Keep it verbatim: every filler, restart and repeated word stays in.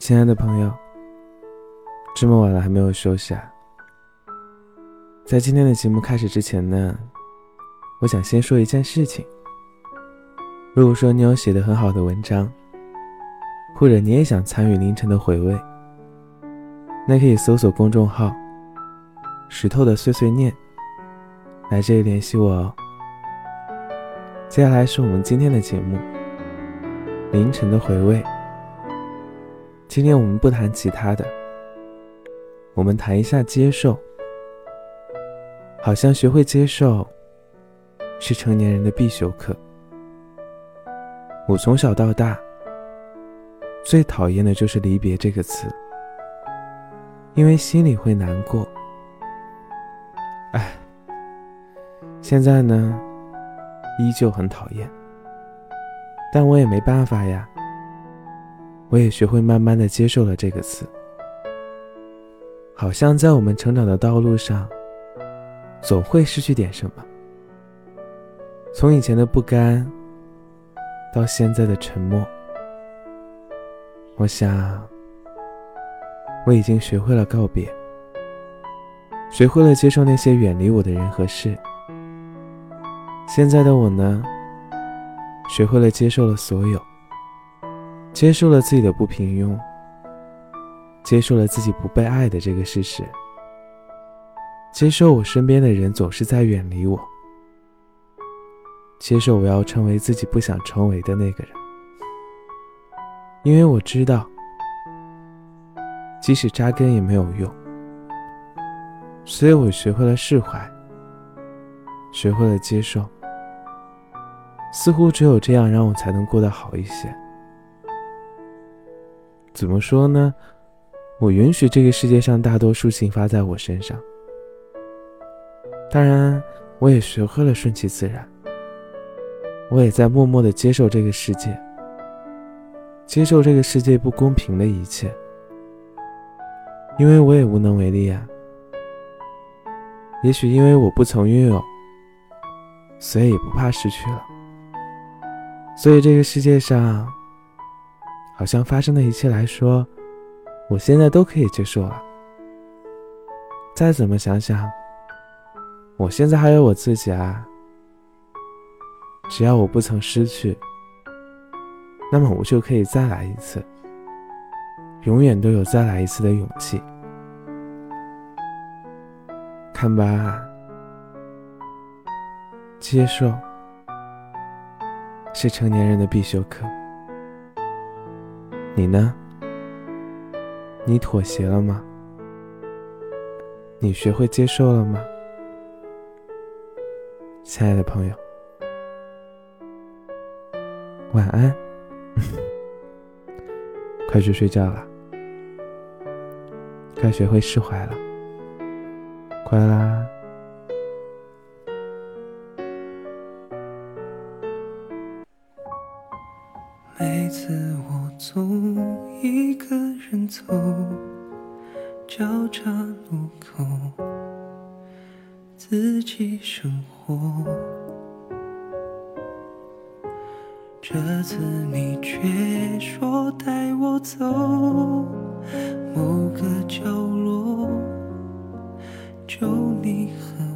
亲爱的朋友，这么晚了还没有休息啊？在今天的节目开始之前呢，我想先说一件事情。如果说你有写得很好的文章，或者你也想参与凌晨的回味，那可以搜索公众号石头的碎碎念来这里联系我哦。接下来是我们今天的节目，凌晨的回味。今天我们不谈其他的，我们谈一下接受。好像学会接受是成年人的必修课。我从小到大最讨厌的就是离别这个词，因为心里会难过。哎，现在呢依旧很讨厌，但我也没办法呀，我也学会慢慢的接受了这个词。好像在我们成长的道路上总会失去点什么，从以前的不甘到现在的沉默。我想我已经学会了告别，学会了接受那些远离我的人和事。现在的我呢，学会了接受了所有，接受了自己的不平庸，接受了自己不被爱的这个事实，接受我身边的人总是在远离我，接受我要成为自己不想成为的那个人。因为我知道即使扎根也没有用，所以我学会了释怀，学会了接受。似乎只有这样让我才能过得好一些。怎么说呢，我允许这个世界上大多数情发在我身上，当然我也学会了顺其自然。我也在默默地接受这个世界，接受这个世界不公平的一切，因为我也无能为力啊。也许因为我不曾拥有，所以也不怕失去了。所以这个世界上好像发生的一切来说，我现在都可以接受了。再怎么想想，我现在还有我自己啊。只要我不曾失去，那么我就可以再来一次，永远都有再来一次的勇气。看吧，接受是成年人的必修课。你呢？你妥协了吗？你学会接受了吗？亲爱的朋友，晚安。快去睡觉了，该学会释怀了，乖啦。 每次我总一个人走，交叉路口，自己生活。这次你却说带我走某个角落，就你和